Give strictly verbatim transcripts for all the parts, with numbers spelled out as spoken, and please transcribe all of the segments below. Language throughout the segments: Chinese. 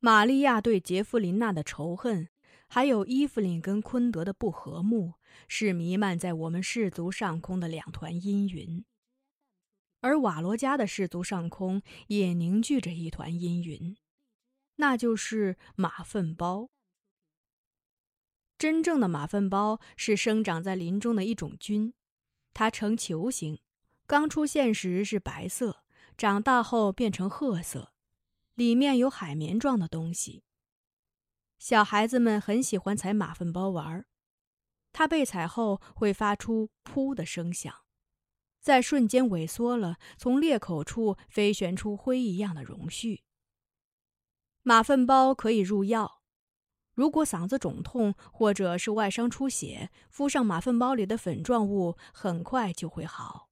玛利亚对杰弗琳娜的仇恨，还有伊芙琳跟昆德的不和睦，是弥漫在我们氏族上空的两团阴云。而瓦罗家的氏族上空也凝聚着一团阴云，那就是马粪包。真正的马粪包是生长在林中的一种菌，它呈球形，刚出现时是白色，长大后变成褐色，里面有海绵状的东西。小孩子们很喜欢踩马粪包玩，它被踩后会发出噗的声响，在瞬间萎缩了，从裂口处飞旋出灰一样的绒絮。马粪包可以入药，如果嗓子肿痛或者是外伤出血，敷上马粪包里的粉状物，很快就会好。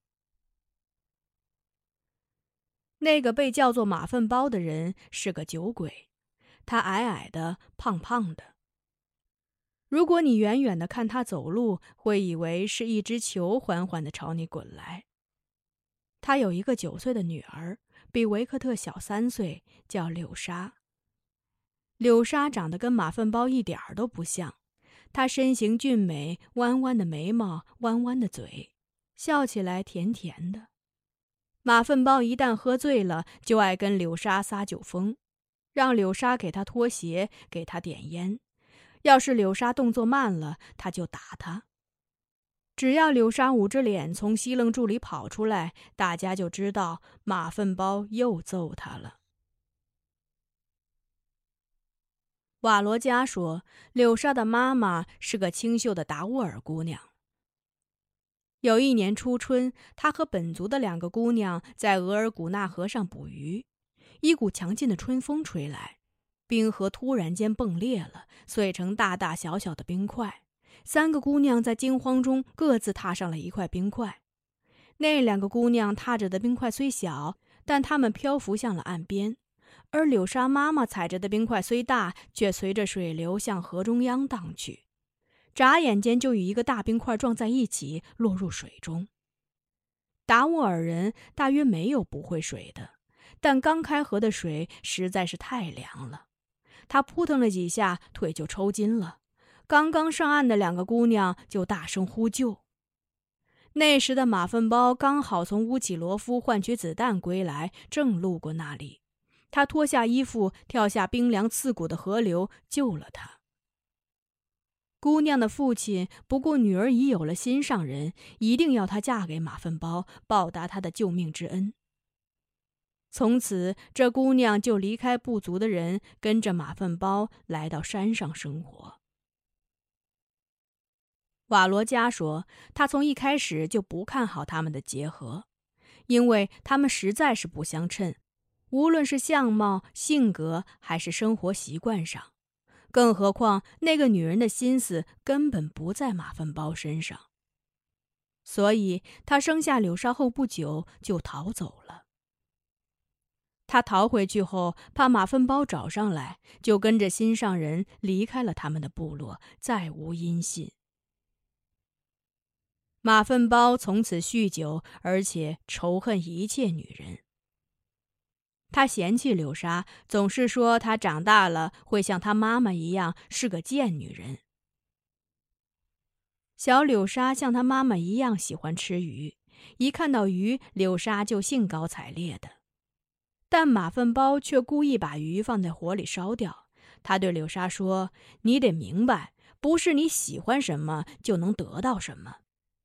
那个被叫做马粪包的人是个酒鬼，他矮矮的，胖胖的。如果你远远地看他走路，会以为是一只球缓缓地朝你滚来。他有一个九岁的女儿，比维克特小三岁，叫柳莎。柳莎长得跟马粪包一点儿都不像，她身形俊美，弯弯的眉毛，弯弯的嘴，笑起来甜甜的。马粪包一旦喝醉了，就爱跟柳莎撒酒疯，让柳莎给他脱鞋，给他点烟。要是柳莎动作慢了，他就打他。只要柳莎捂着脸从西楞柱里跑出来，大家就知道马粪包又揍他了。瓦罗加说，柳莎的妈妈是个清秀的达乌尔姑娘。有一年初春，她和本族的两个姑娘在额尔古纳河上捕鱼，一股强劲的春风吹来，冰河突然间迸裂了，碎成大大小小的冰块。三个姑娘在惊慌中各自踏上了一块冰块。那两个姑娘踏着的冰块虽小，但她们漂浮向了岸边，而柳莎妈妈踩着的冰块虽大，却随着水流向河中央荡去，眨眼间就与一个大冰块撞在一起，落入水中。达斡尔人大约没有不会水的，但刚开河的水实在是太凉了，他扑腾了几下，腿就抽筋了。刚刚上岸的两个姑娘就大声呼救。那时的马粪包刚好从乌起罗夫换取子弹归来，正路过那里。他脱下衣服，跳下冰凉刺骨的河流，救了她。姑娘的父亲不顾女儿已有了心上人，一定要她嫁给马粪包，报答他的救命之恩。从此，这姑娘就离开部族的人，跟着马粪包来到山上生活。瓦罗加说，他从一开始就不看好他们的结合，因为他们实在是不相称，无论是相貌、性格还是生活习惯上。更何况那个女人的心思根本不在马粪包身上。所以他生下柳莎后不久就逃走了。他逃回去后，怕马粪包找上来，就跟着心上人离开了他们的部落，再无音信。马粪包从此酗酒，而且仇恨一切女人。他嫌弃柳莎，总是说她长大了会像她妈妈一样是个贱女人。小柳莎像她妈妈一样喜欢吃鱼，一看到鱼，柳莎就兴高采烈的。但马粪包却故意把鱼放在火里烧掉。他对柳莎说：“你得明白，不是你喜欢什么就能得到什么。”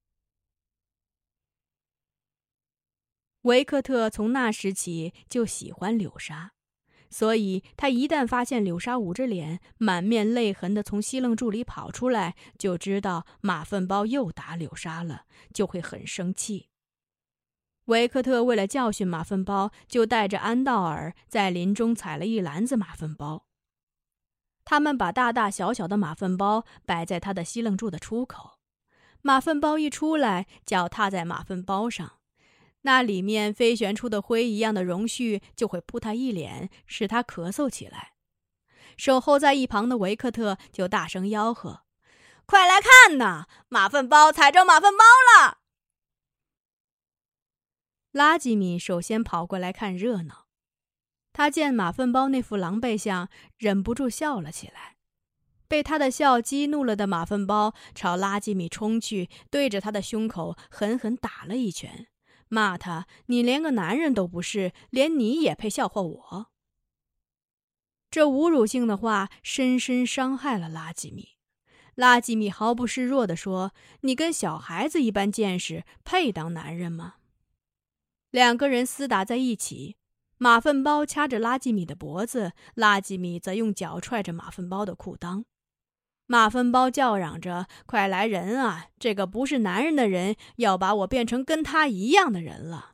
维克特从那时起就喜欢柳莎，所以他一旦发现柳莎捂着脸，满面泪痕地从西楞柱里跑出来，就知道马粪包又打柳莎了，就会很生气。维克特为了教训马粪包，就带着安道尔在林中采了一篮子马粪包。他们把大大小小的马粪包摆在他的西楞柱的出口，马粪包一出来，脚踏在马粪包上，那里面飞旋出的灰一样的绒絮就会扑他一脸，使他咳嗽起来。守候在一旁的维克特就大声吆喝：“快来看呐，马粪包踩着马粪包了！”拉吉米首先跑过来看热闹。 他见马粪包那副狼狈相，忍不住笑了起来。被他的笑激怒了的马粪包朝拉基米冲去，对着他的胸口狠狠打了一拳，骂他：“你连个男人都不是，连你也配笑话我？”这侮辱性的话深深伤害了拉基米。拉基米毫不示弱地说：“你跟小孩子一般见识，配当男人吗？”两个人厮打在一起，马粪包掐着拉基米的脖子，拉基米则用脚踹着马粪包的裤裆。马粪包叫嚷着：“快来人啊！这个不是男人的人要把我变成跟他一样的人了。”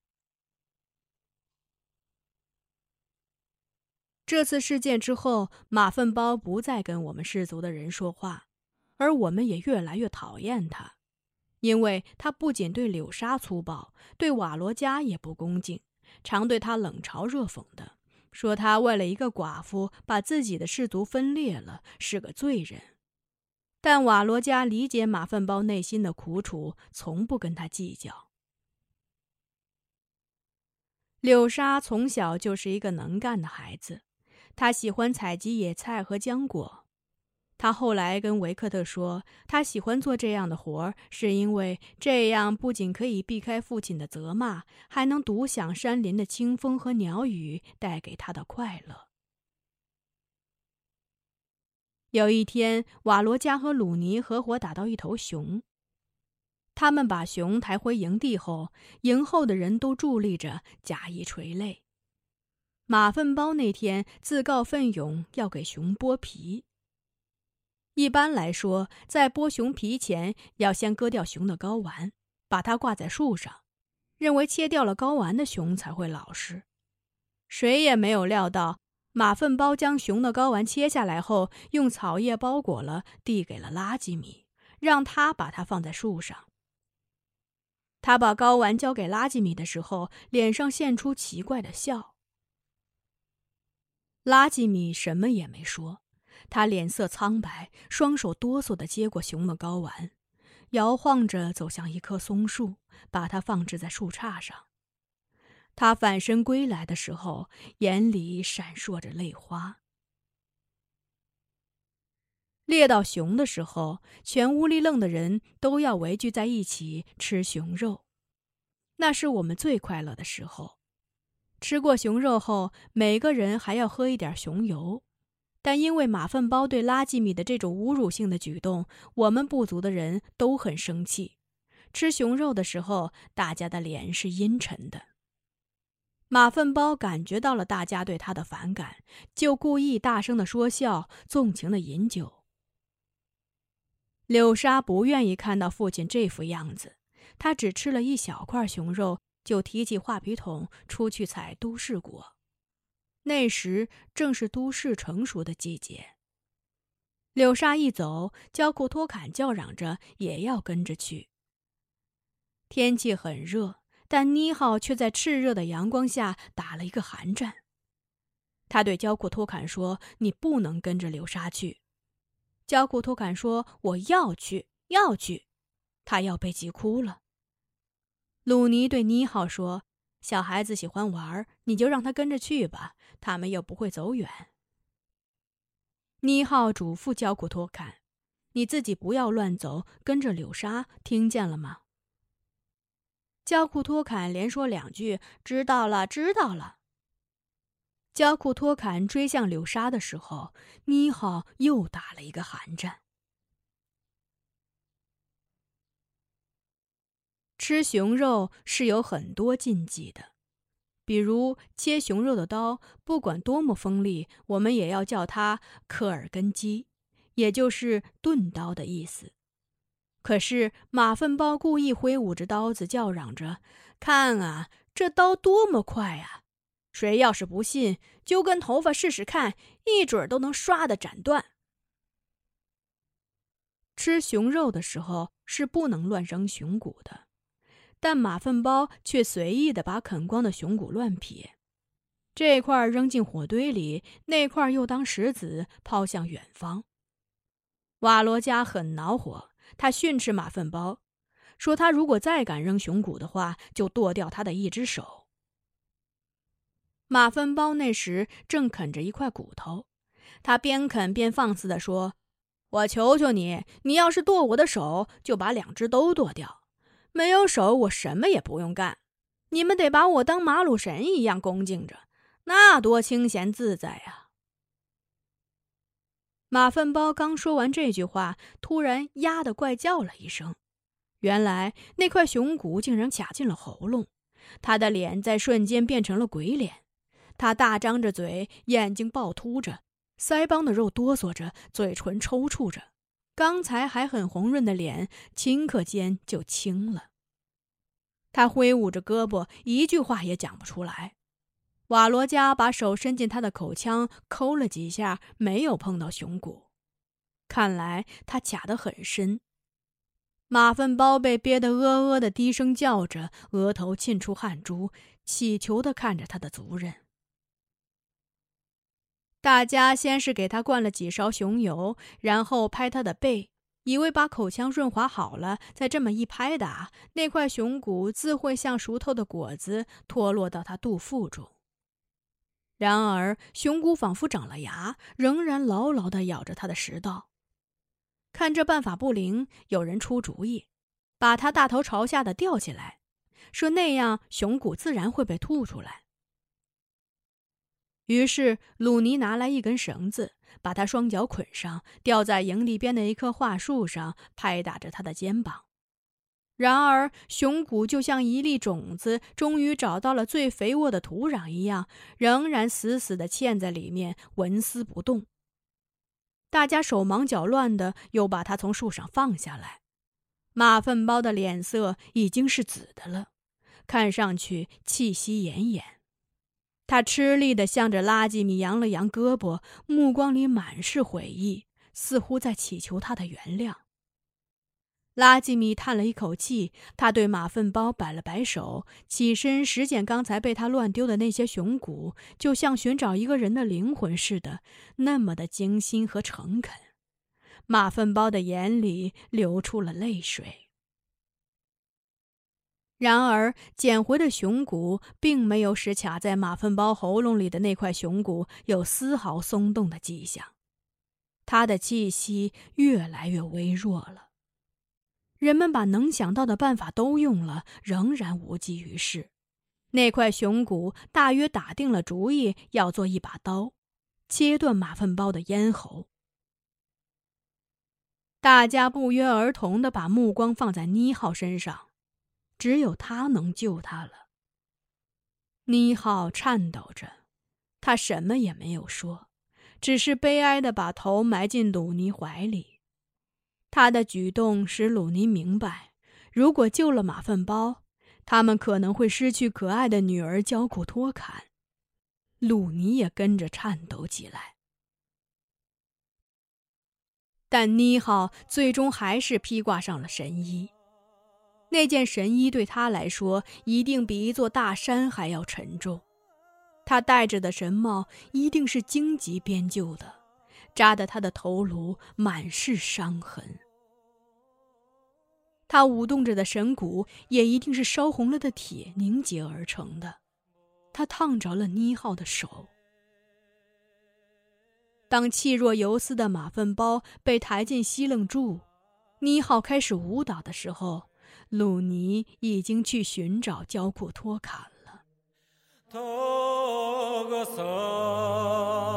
这次事件之后，马粪包不再跟我们氏族的人说话，而我们也越来越讨厌他，因为他不仅对柳沙粗暴，对瓦罗加也不恭敬，常对他冷嘲热讽的，说他为了一个寡妇把自己的氏族分裂了，是个罪人。但瓦罗加理解马粪包内心的苦楚，从不跟他计较。柳沙从小就是一个能干的孩子，他喜欢采集野菜和浆果。他后来跟维克特说，他喜欢做这样的活儿，是因为这样不仅可以避开父亲的责骂，还能独享山林的清风和鸟语带给他的快乐。有一天，瓦罗加和鲁尼合伙打到一头熊。他们把熊抬回营地后，营后的人都伫立着，假意垂泪。马粪包那天自告奋勇要给熊剥皮。一般来说，在剥熊皮前，要先割掉熊的睾丸，把它挂在树上，认为切掉了睾丸的熊才会老实。谁也没有料到，马粪包将熊的睾丸切下来后，用草叶包裹了，递给了拉基米，让他把它放在树上。他把睾丸交给拉基米的时候，脸上现出奇怪的笑。拉基米什么也没说，他脸色苍白，双手哆嗦地接过熊的睾丸，摇晃着走向一棵松树，把它放置在树杈上。他返身归来的时候，眼里闪烁着泪花。猎到熊的时候，全乌里楞的人都要围聚在一起吃熊肉，那是我们最快乐的时候。吃过熊肉后，每个人还要喝一点熊油，但因为马粪包对拉基米的这种侮辱性的举动，我们部族的人都很生气。吃熊肉的时候，大家的脸是阴沉的。马粪包感觉到了大家对他的反感，就故意大声地说笑，纵情地饮酒。柳沙不愿意看到父亲这副样子，他只吃了一小块熊肉，就提起画皮桶出去采都市果。那时正是都市成熟的季节。柳沙一走，焦库托坎叫嚷着也要跟着去。天气很热，但妮浩却在炽热的阳光下打了一个寒战。他对焦库托坎说：“你不能跟着柳沙去。”焦库托坎说：“我要去，要去。”他要被急哭了。鲁尼对妮浩说：“小孩子喜欢玩，你就让他跟着去吧，他们又不会走远。”妮浩嘱咐焦库托坎：“你自己不要乱走，跟着柳沙，听见了吗？”焦库托坎连说两句：“知道了，知道了。”焦库托坎追向柳沙的时候，妮浩又打了一个寒战。吃熊肉是有很多禁忌的，比如切熊肉的刀，不管多么锋利，我们也要叫它科尔根基，也就是钝刀的意思。可是马粪包故意挥舞着刀子，叫嚷着：“看啊，这刀多么快啊！谁要是不信，揪根头发试试看，一准儿都能唰地斩断。”吃熊肉的时候是不能乱扔熊骨的，但马粪包却随意地把啃光的熊骨乱撇，这块扔进火堆里，那块又当石子抛向远方。瓦罗加很恼火，他训斥马粪包，说他如果再敢扔熊骨的话，就剁掉他的一只手。 马粪包那时正啃着一块骨头，他边啃边放肆地说：“我求求你，你要是剁我的手，就把两只都剁掉。没有手，我什么也不用干。你们得把我当马鲁神一样恭敬着，那多清闲自在呀！”马粪包刚说完这句话，突然呀的怪叫了一声。原来那块熊骨竟然卡进了喉咙，他的脸在瞬间变成了鬼脸。他大张着嘴，眼睛暴突着，腮帮的肉哆嗦着，嘴唇抽搐着，刚才还很红润的脸顷刻间就青了。他挥舞着胳膊，一句话也讲不出来。瓦罗加把手伸进他的口腔，抠了几下，没有碰到熊骨，看来他卡得很深。马粪包被憋得呃呃的低声叫着，额头沁出汗珠，乞求地看着他的族人。大家先是给他灌了几勺熊油，然后拍他的背，以为把口腔润滑好了，再这么一拍打，那块熊骨自会像熟透的果子脱落到他肚腹中。然而熊骨仿佛长了牙，仍然牢牢地咬着他的食道。看这办法不灵，有人出主意，把他大头朝下的吊起来，说那样熊骨自然会被吐出来。于是鲁尼拿来一根绳子，把他双脚捆上，吊在营地边的一棵桦树上，拍打着他的肩膀。然而熊骨就像一粒种子终于找到了最肥沃的土壤一样，仍然死死地嵌在里面，纹丝不动。大家手忙脚乱的又把他从树上放下来。马粪包的脸色已经是紫的了，看上去气息奄奄。他吃力地向着拉基米扬了扬胳膊，目光里满是悔意，似乎在祈求他的原谅。拉基米叹了一口气，他对马粪包摆了摆手，起身拾捡刚才被他乱丢的那些熊骨，就像寻找一个人的灵魂似的，那么的精心和诚恳。马粪包的眼里流出了泪水。然而捡回的熊骨并没有使卡在马粪包喉咙里的那块熊骨有丝毫松动的迹象，他的气息越来越微弱了。人们把能想到的办法都用了，仍然无济于事。那块熊骨大约打定了主意，要做一把刀，切断马粪包的咽喉。大家不约而同地把目光放在妮浩身上，只有他能救他了。妮浩颤抖着，他什么也没有说，只是悲哀地把头埋进鲁尼怀里。他的举动使鲁尼明白，如果救了马粪包，他们可能会失去可爱的女儿焦库托坎。鲁尼也跟着颤抖起来。但妮浩最终还是披挂上了神衣。那件神衣对他来说一定比一座大山还要沉重，他戴着的神帽一定是荆棘编就的，扎得他的头颅满是伤痕。他舞动着的神骨也一定是烧红了的铁凝结而成的，他烫着了妮浩的手。当气若游丝的马粪包被抬进西楞柱，妮浩开始舞蹈的时候，鲁尼已经去寻找焦库托坎了。